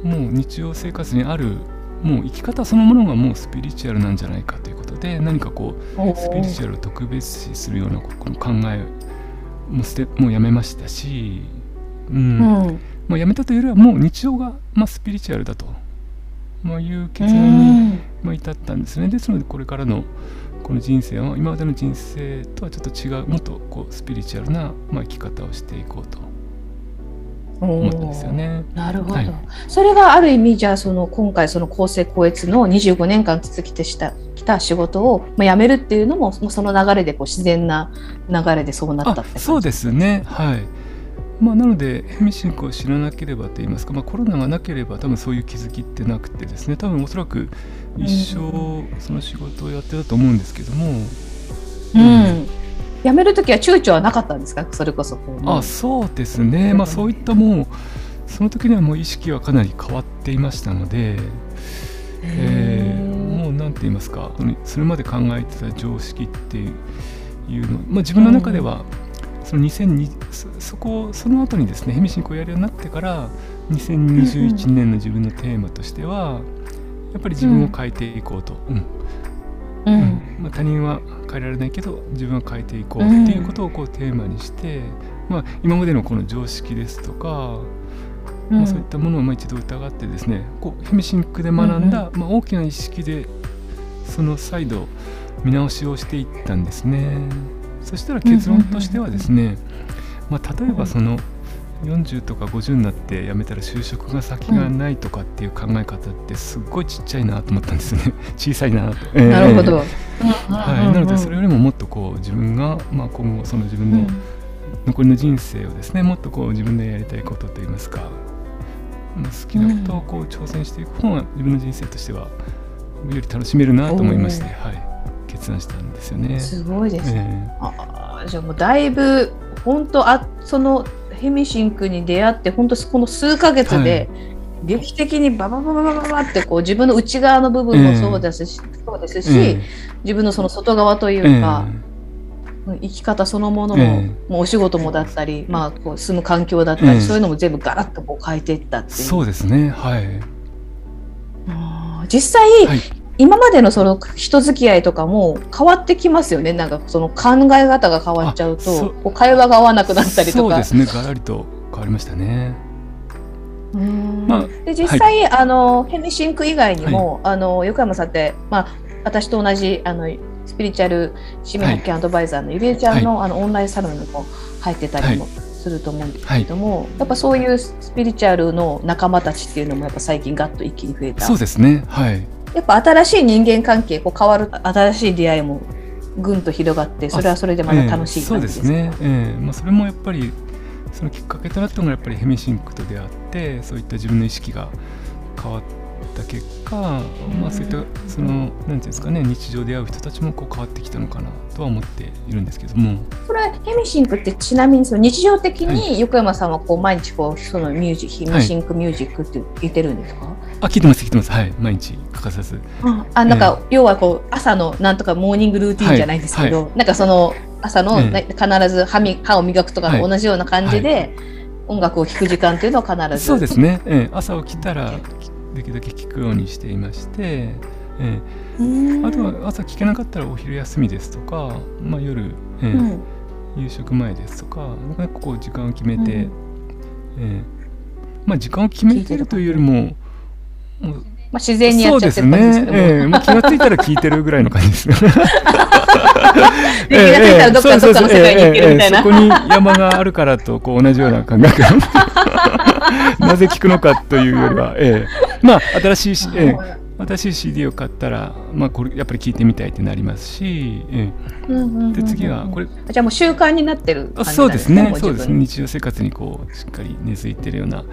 もう日常生活にあるもう生き方そのものがもうスピリチュアルなんじゃないかということで、何かこうスピリチュアルを特別視するようなこの考えも捨てもうやめましたし、うんうん、もうやめたというよりはもう日常が、まあ、スピリチュアルだと、まあ、いう結論に、まあ、至ったんですね。ですのでこれからのこの人生は今までの人生とはちょっと違うもっとこうスピリチュアルな、まあ、生き方をしていこうと思ったんですよね。 なるほど、はい、それがある意味じゃあその今回その公正高越のにじゅうごねんかん続きてしたきた仕事を、まあ、辞めるっていうのもその流れでこう自然な流れでそうなったって感じ。 そうですね、はい。まあ、なのでヘミシンクを知らなければといいますか、まあ、コロナがなければ多分そういう気づきってなくてですね、多分おそらく一生その仕事をやってたと思うんですけども、うん、 うん辞めるときは躊躇はなかったんですか？それこそこう、 あ、そうですね、まあ、そういったもうその時にはもう意識はかなり変わっていましたので、えー、もうなんて言いますか、それまで考えてた常識っていうの、まあ、自分の中ではそのにせんにじゅう そ, そこその後にですねヘミシンクをやるようになってからにせんにじゅういちねんの自分のテーマとしてはやっぱり自分を変えていこうと、うんうんうんまあ、他人は変えられないけど自分は変えていこうっていうことをこうテーマにして、まあ、今までのこの常識ですとか、うんまあ、そういったものをまあ一度疑ってですね、こうヘミシンクで学んだ、うんまあ、大きな意識でその再度見直しをしていったんですね。そしたら結論としてはですね、まあ、例えばそのよんじゅうとかごじゅうになって辞めたら就職が先がないとかっていう考え方ってすっごいちっちゃいなと思ったんですね。小さいなと、えー、なるほど、はい、なのでそれよりももっとこう自分が、まあ、今後その自分の残りの人生をですねもっとこう自分でやりたいことといいますか、好きなことをこう挑戦していく方が自分の人生としてはより楽しめるなと思いまして、はい、決断したんですよね。 すごいですね、えー、あじゃあもうだいぶ本当あそのヘミシンクに出会って本当この数ヶ月で劇的にバババババババってこう自分の内側の部分もそうですし、えー、そうですし、えー、自分のその外側というか、えー、生き方そのものも、えー、もうお仕事もだったり、まあ、こう住む環境だったり、えー、そういうのも全部ガラッとこう変えていったっていう。 そうですね、はい。 あ実際、はい今までのその人付き合いとかも変わってきますよね。なんかその考え方が変わっちゃうとこう会話が合わなくなったりとか。 そうですね、ガラリと変わりましたね。 うーん、まあ、で実際、はい、あのヘミシンク以外にも、はい、あの横山さんって、まあ、私と同じあのスピリチュアル市民保険アドバイザーのゆりえちゃんの、はい、あのオンラインサロンにも入ってたりもすると思うんですけれども、はい、やっぱそういうスピリチュアルの仲間たちっていうのもやっぱ最近ガッと一気に増えた。 そうですね、はい。 やっぱ新しい人間関係こう変わる新しい出会いもぐんと広がってそれはそれでまた楽しい感じですか？ そうですね、えーまあ、それもやっぱりそのきっかけとなったのがやっぱりヘミシンクと出会ってそういった自分の意識が変わった結果、まあ、そういったそのなんていうんですかね日常で会う人たちもこう変わってきたのかなとは思っているんですけども。 それヘミシンクってちなみにその日常的に横山さんはこう毎日こうそのミュージック、ヘミシンクミュージックって言ってるんですか？ あ、聞いてます聞いてます、はい、毎日欠かさず、 ああなんか、えー、要はこう朝のなんとかモーニングルーティンじゃないですけど、はいはい、なんかその朝の、えー、必ず 歯, み歯を磨くとかと同じような感じで、はいはい、音楽を聴く時間っていうのは必ずそうですね、えー、朝起きたらできるだけ聴くようにしていまして、えー、あとは朝聴けなかったらお昼休みですとか、まあ、夜、えーうん、夕食前ですとかなんかこう時間を決めて、うんえーまあ、時間を決めているというよりももうまあ、自然にやっちゃってる感じですけども、 そうですね、えーまあ、気がついたら聞いてるぐらいの感じですね気がついたらどっかどっかの世界に行けるみたいな、 そこに山があるからとこう同じような感覚なぜ聞くのかというよりは、えー、まあ新しい、えー、新しい シーディー を買ったら、まあ、これやっぱり聞いてみたいってなりますし、えー、で次はこれじゃあもう習慣になってる感じなんですね。 そうですね、そうですね、日常生活にこうしっかり根付いてるような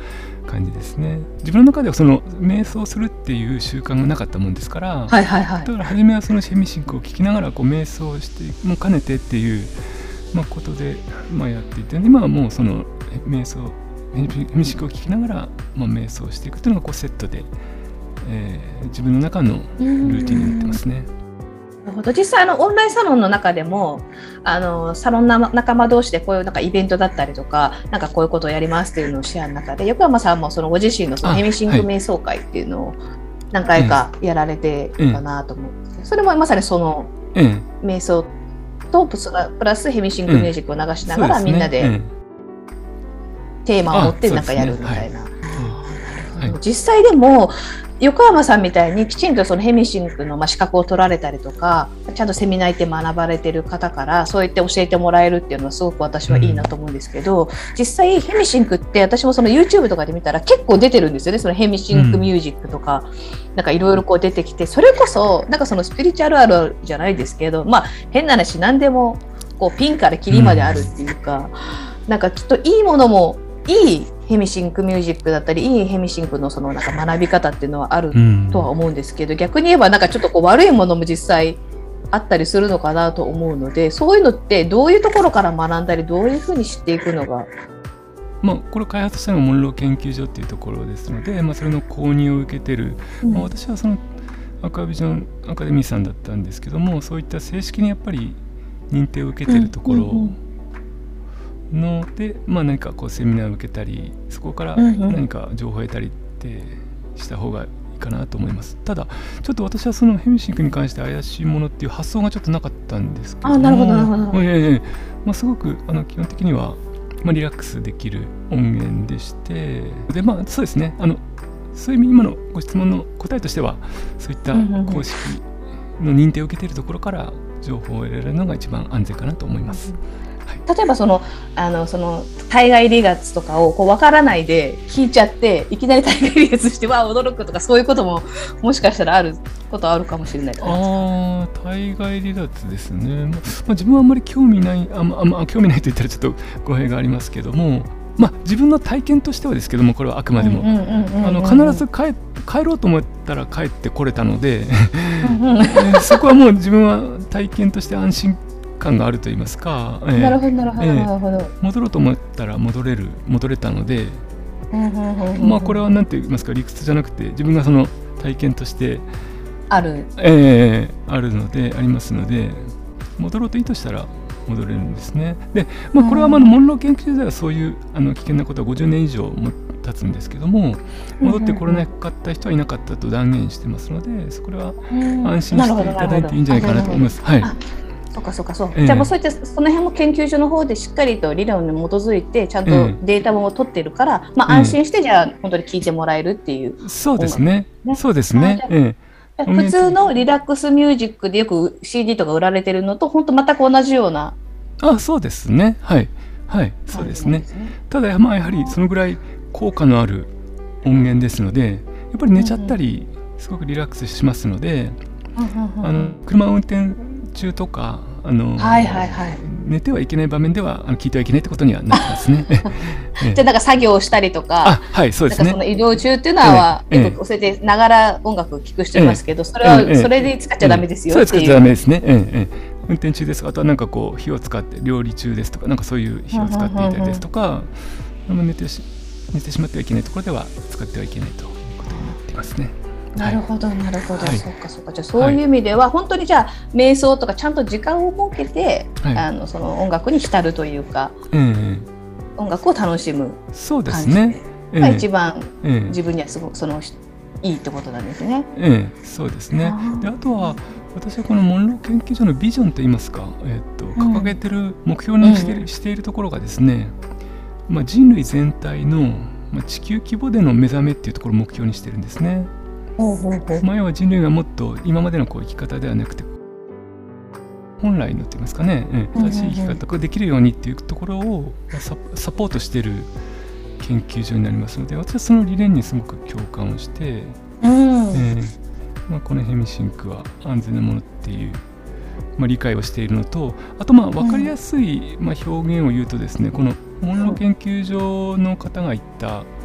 感じですね。自分の中ではその瞑想するっていう習慣がなかったもんですから、 はいはいはい、 だから初めはそのヘミシンクを聞きながらこう瞑想しても兼ねてっていう、まあ、ことで、まあ、やっていて、今はもうその瞑想ヘミシンクを聞きながら、まあ、瞑想していくというのがこうセットで、えー、自分の中のルーティンになってますね。 なるほど。実際あのオンラインサロンの中でもあのサロンの仲間同士でこういうなんかイベントだったりとか、なんかこういうことをやりますっていうのをシェアの中で、横山さんもそのご自身のそのヘミシンク瞑想会っていうのを何回かやられてるかなと思うんですけど、それもまさにその瞑想とプラスヘミシンクミュージックを流しながらみんなでテーマを持ってなんかやるみたいな。実際でも横山さんみたいにきちんとそのヘミシンクのまあ資格を取られたりとか、ちゃんとセミナー行って学ばれてる方からそう言って教えてもらえるっていうのはすごく私はいいなと思うんですけど、うん、実際ヘミシンクって私もその YouTube とかで見たら結構出てるんですよね。そのヘミシンクミュージックとか、うん、なんかいろいろこう出てきて、それこそなんかそのスピリチュアルあるじゃないですけど、まあ変な話何でもこうピンからキリまであるっていうか、うん、なんかきっといいものもいいヘミシンクミュージックだったり、いいヘミシンクのそのなんか学び方っていうのはあるとは思うんですけど、うん、逆に言えばなんかちょっとこう悪いものも実際あったりするのかなと思うので、そういうのってどういうところから学んだり、どういうふうに知っていくのが、 まあ、これを開発したのがモンロー研究所っていうところですので、まあ、それの購入を受けてる、うんまあ、私はそのアクアビジョンアカデミーさんだったんですけども、そういった正式にやっぱり認定を受けてるところ、うんうんうんので、まあ、何かこうセミナーを受けたり、そこから何か情報を得たりってした方がいいかなと思います。ただちょっと私はそのヘミシンクに関して怪しいものっていう発想がちょっとなかったんですけども、あ、なるほどなるほど、まあええまあ、すごくあの基本的には、まあ、リラックスできる音源でして、でまあそうですね、あのそういう意味今のご質問の答えとしては、そういった公式の認定を受けているところから情報を得られるのが一番安全かなと思います。 例えばそのあのその体外離脱とかをこう分からないで聞いちゃっていきなり体外離脱してわあ驚くとか、そういうことももしかしたらあることあるかもしれないです。 ああ、体外離脱ですね。まあ、自分はあんまり興味ないあ、まあまあ、興味ないと言ったらちょっと語弊がありますけども、まあ、自分の体験としてはですけども、これはあくまでも必ず帰帰ろうと思ったら帰ってこれたのでそこはもう自分は体験として安心感があると言いますか、 えー、なるほどなるほど、えー、なるほど。 戻ろうと思ったら戻れる戻れたので、まあこれは何て言いますか、理屈じゃなくて自分がその体験としてある、 えー、あるのでありますので、戻ろうと意図したら戻れるんですね。で、まあ、これはまあモンロー研究所ではそういうあの危険なことはごじゅうねん以上も経つんですけども、戻ってこれなかった人はいなかったと断言してますので、そこは安心していただいていいんじゃないかなと思います。はい。 そうかそうかそう、えー、じゃあもうそういったその辺も研究所の方でしっかりと理論に基づいてちゃんとデータも取ってるから、えー、まあ安心してじゃあ本当に聞いてもらえるっていう、 うん、そうですね、そうですね、えー、普通のリラックスミュージックでよく シーディー とか売られてるのと本当全く同じような。 あ、そうですね、はいはいそうですね。ただまあやはりそのぐらい効果のある音源ですので、やっぱり寝ちゃったりすごくリラックスしますので、うんうん、あの車を運転中とかあの、はいはいはい、寝てはいけない場面ではあの聞いてはいけないってことにはなってますね。 じゃあなんか作業をしたりとか、 あ、はい、そうですね、 なんかその移動中っていうのは、ええええ、教えてながら音楽を聴く人いますけど、それは、ええ、それで使っちゃダメですよっていう、 それ使っちゃダメですね、ええええ、運転中ですとか、あとはなんかこう火を使って料理中ですとか、なんかそういう火を使っていたりですとか、寝てし、寝てしまってはいけないところでは使ってはいけないということになっていますね。 なるほどなるほど、はい、そうかそうか。じゃあそういう意味では、はい、本当にじゃあ瞑想とかちゃんと時間を設けて、はい、あのその音楽に浸るというか、えー、音楽を楽しむそうですね、 が一番、えー、自分にはすごくそのいいってことなんですね。 えー、そうですね。あ, であとは私はこのモンロー研究所のビジョンといいますか、えー、と掲げてる目標にしている、うん、しているところがですね、まあ、人類全体の、まあ、地球規模での目覚めっていうところを目標にしてるんですね。前は人類がもっと今までのこう生き方ではなくて本来のと言いますかね、正しい生き方ができるようにっていうところを サ, サポートしている研究所になりますので、私はその理念にすごく共感をして、うんえーまあ、このヘミシンクは安全なものっていう、まあ、理解をしているのと、あとまあ分かりやすい、まあ、表現を言うとですね、このモンロー研究所の方が言った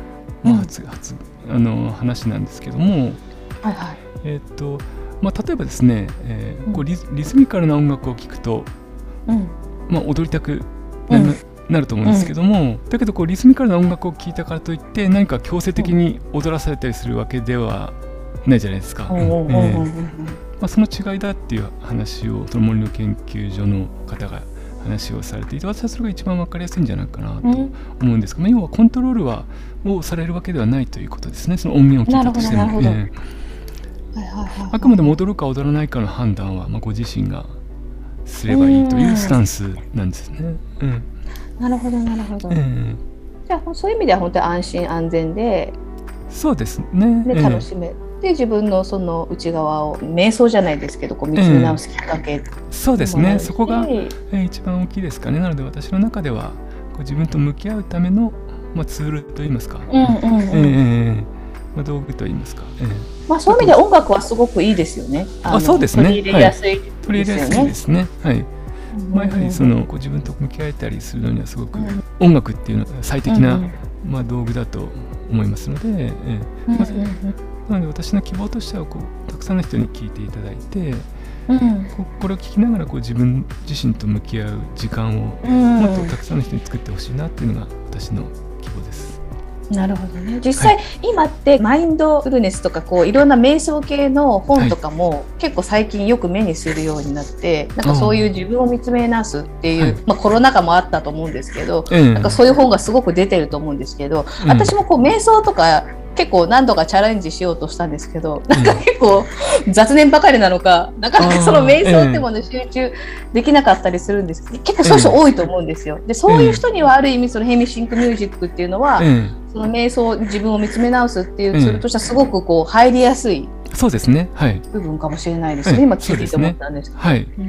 まあ、初初あの話なんですけども、 はいはい。 えっとまあ、例えばですね、えーうんこうリズリズミカルな音楽を聴くと、 うんまあ、踊りたくなる,、 うんなると思うんですけども、だけどこうリズミカルな音楽を聴いたからといって何か強制的に踊らされたりするわけではないじゃないですか。 おうおうおうおうえーまあ、その違いだっていう話をその森の研究所の方が話をされていて、私はそれが一番分かりやすいんじゃないかなとうん思うんですが、まあ、要はコントロールはをされるわけではないということですね。その音源を聞いたとしても、 なるほどなるえーはいはいはい。 あくまでも踊るか踊らないかの判断は、まあ、ご自身がすればいいというスタンスなんですね。うんなるほどなるほど。 ええじゃあそういう意味では本当に安心安全で、 そうですね。 でええ楽しめて、自分のその内側を瞑想じゃないですけどこう見つめ直すきっかけそうですね。 にもなるしそこが、ええ一番大きいですかね。なので私の中ではこう自分と向き合うための、まあ、ツールといいますか、 うんうんうんええええまあ、道具といいますか、ええまあ、そういう意味で音楽はすごくいいですよね。のあそうですね取り入れやすい取り入れやすいね。 ですね。はいまあ、やはりそのこう自分と向き合えたりするのにはすごく音楽っていうのは最適な、まあ、道具だと思いますので、ええまずなので私の希望としてはこうたくさんの人に聞いていただいて、こうこれを聞きながらこう自分自身と向き合う時間をもっとたくさんの人に作ってほしいなっていうのが私の希望です。 なるほどね。実際、はい、今ってマインドフルネスとかこういろんな瞑想系の本とかも結構最近よく目にするようになって、はい、なんかそういう自分を見つめ直すっていう、はい、まあ、コロナ禍もあったと思うんですけど、うん、なんかそういう本がすごく出てると思うんですけど、うん、私もこう瞑想とか結構何度かチャレンジしようとしたんですけど、なんか結構雑念ばかりなのか、なかなかその瞑想ってもの集中できなかったりするんですけど、結構そういう人多いと思うんですよ。で、そういう人にはある意味そのヘミシンクミュージックっていうのは、その瞑想、自分を見つめ直すっていうツールとしてはすごくこう入りやすいそうですね、はい、 部分かもしれないですね。今聞いていて思ったんですけど。 はい、 うん、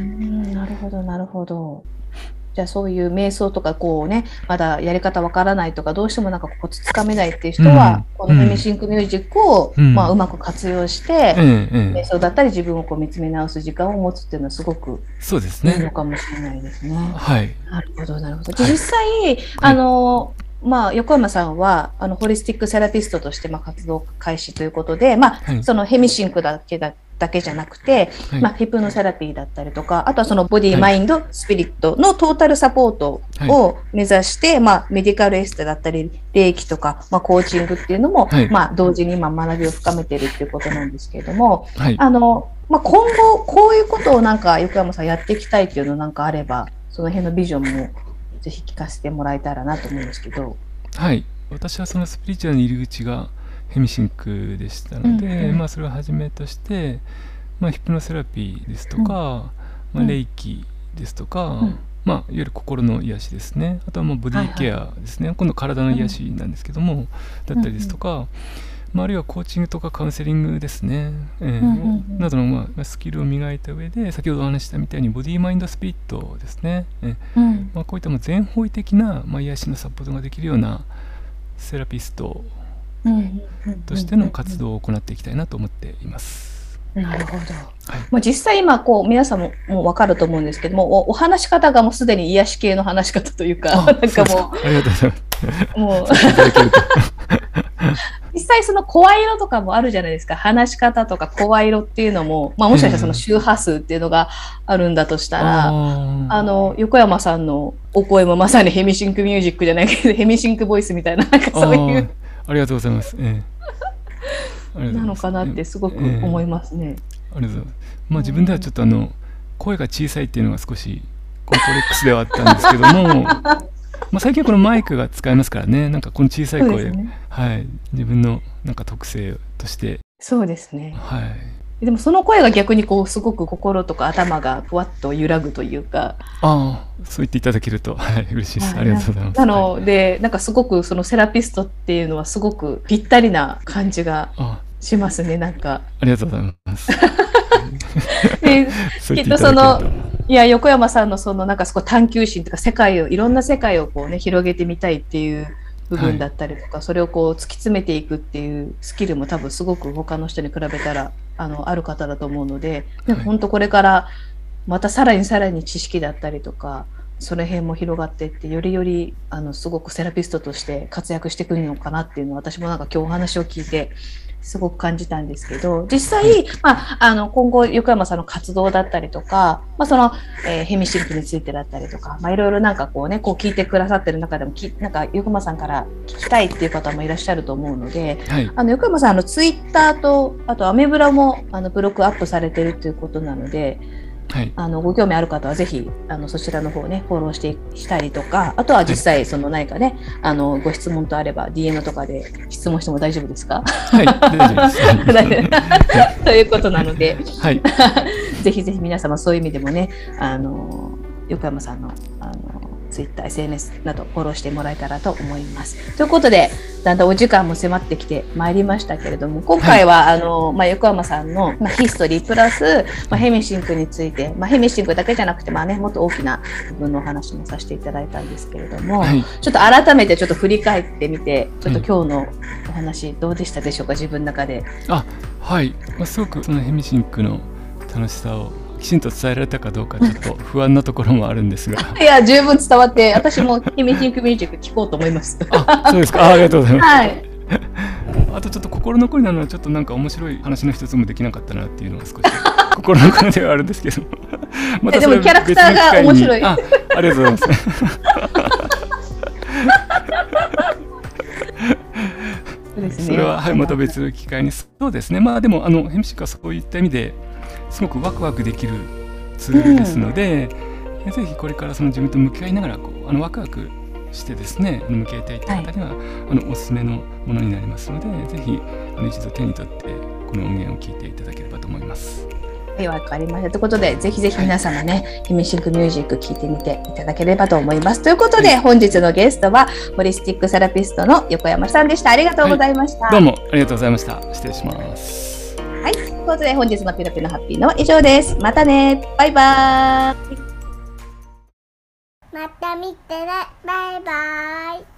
なるほどなるほど。じゃあそういう瞑想とかこうね、まだやり方わからないとかどうしてもなんかコツつかめないっていう人は、うん、このヘミシンクミュージックを、うん、まあ、うまく活用して、うん、瞑想だったり自分をこう見つめ直す時間を持つっていうのはすごくそうですね。 いいのかもしれないですね。 はい。 なるほどなるほど。実際、はい、あの、まあ、横山さんはあのホリスティックセラピストとしてまあ活動開始ということで、まあ、はい、そのヘミシンクだけだだけじゃなくて、はい、まあ、ヒプノセラピーだったりとか、あとはそのボディ、はい、マインド、スピリットのトータルサポートを目指して、はい、まあ、メディカルエステだったり、霊気とか、まあ、コーチングっていうのも、はい、まあ、同時に今学びを深めているっていうことなんですけれども、はい、あの、まあ、今後、こういうことをなんか横山さんやっていきたいっていうのなんかあれば、その辺のビジョンもぜひ聞かせてもらえたらなと思うんですけど。 はい。私はそのスピリチュアルの入り口がヘミシンクでしたので、うんうん、まあ、それをはじめとして、まあ、ヒプノセラピーですとか、うん、まあ、霊気ですとか、うん、まあ、いわゆる心の癒しですね、あとはもうボディケアですね、はいはい、今度体の癒しなんですけども、うん、だったりですとか、うんうん、まあ、あるいはコーチングとかカウンセリングですね、えーうんうんうん、などの、まあ、スキルを磨いた上で先ほどお話したみたいにボディマインドスピリットですね、えーうんまあ、こういったも全方位的な、まあ、癒しのサポートができるようなセラピストとしての活動を行っていきたいなと思っています。 なるほど。はい、もう実際今こう皆さんももう分かると思うんですけども、お, お話し方がもうすでに癒し系の話し方というか、なんかもう、 ありがとうございます。 もう実際その声色とかもあるじゃないですか。話し方とか声色っていうのも、まあ、もしかしたらその周波数っていうのがあるんだとしたら、うん、あの横山さんのお声もまさにヘミシンクミュージックじゃないけどヘミシンクボイスみたいな、なんかそういうあ, ありがとうございます。ええなのかなってすごく思いますね。 えー、ありがとうございます。まあ、自分ではちょっとあの声が小さいっていうのが少しコンプレックスではあったんですけどもまあ最近はこのマイクが使えますからね、なんかこの小さい声、ね、はい、自分のなんか特性としてそうですね、 はい、 でもその声が逆にこうすごく心とか頭がふわっと揺らぐというか、 ああ、そう言っていただけると、はい、嬉しいです、はい、ありがとうございます。 なのでなんかすごくそのセラピストっていうのはすごくぴったりな感じがしますね。なんかありがとうございますできっとそのいや横山さんのそのなんかそこ探求心とか世界をいろんな世界をこうね広げてみたいっていう部分だったりとか、はい、それをこう突き詰めていくっていうスキルも多分すごく他の人に比べたらあのある方だと思うので、でも本当これからまたさらにさらに知識だったりとかその辺も広がっていって、よりよりあのすごくセラピストとして活躍してくるのかなっていうのを、私もなんか今日お話を聞いてすごく感じたんですけど、実際、まあ、あの今後横山さんの活動だったりとか、まあ、その、えー、ヘミシンクについてだったりとか、まあ、いろいろなんかこうね、こう聞いてくださってる中でもきなんか横山さんから聞きたいっていう方もいらっしゃると思うので、はい、あの横山さんのツイッターとあとアメブラもあのブログアップされてるということなので、はい、あのご興味ある方はぜひあのそちらの方ねフォローしてしたりとか、あとは実際その何かね、はい、あのご質問とあれば ディーエム とかで質問しても大丈夫ですか？ はい、大丈夫です。 ということなので、 はい、 ぜひぜひ皆様そういう意味でもね、あの横山さんのあのツイッター、エスエヌエス などフォローしてもらえたらと思います。ということで、だんだんお時間も迫ってきてまいりましたけれども、今回は、はい、あのまあ、横山さんの、まあ、ヒストリープラス、まあ、ヘミシンクについて、まあ、ヘミシンクだけじゃなくて、まあね、もっと大きな部分のお話もさせていただいたんですけれども、はい、ちょっと改めてちょっと振り返ってみて、ちょっと今日のお話どうでしたでしょうか、自分の中で。 あ、はい、まあ、すごくそのヘミシンクの楽しさをきちんと伝えられたかどうかちょっと不安なところもあるんですがいや十分伝わって、私もヘミシンクミュージック聞こうと思います。 あ、そうですか。 あ, ありがとうございます、はい、あとちょっと心残りなのは、ちょっとなんか面白い話の一つもできなかったなっていうのが少し心残りではあるんですけどまたそれは別の機会に。でもキャラクターが面白い。 あ, ありがとうございますそれは、はい、また別の機会に。そうですね。まあでもあのヘミシンクはそういった意味ですごくワクワクできるツールですので、うん、ぜひこれからその自分と向き合いながらこうあのワクワクしてですね、向き合いたいという方には、はい、あのおすすめのものになりますので、ぜひあの一度手に取ってこの音源を聞いていただければと思います。 はい、わかりました。ということで、ぜひぜひ皆様ね、はい、ヘミシンクミュージック聞いてみていただければと思います。ということで、はい、本日のゲストはホリスティックセラピストの横山さんでした。ありがとうございました。 はい、どうもありがとうございました。失礼します。 はい、ということで本日のピロピロハッピーのは以上です。またね、バイバーイ。 また見てね、バイバーイ。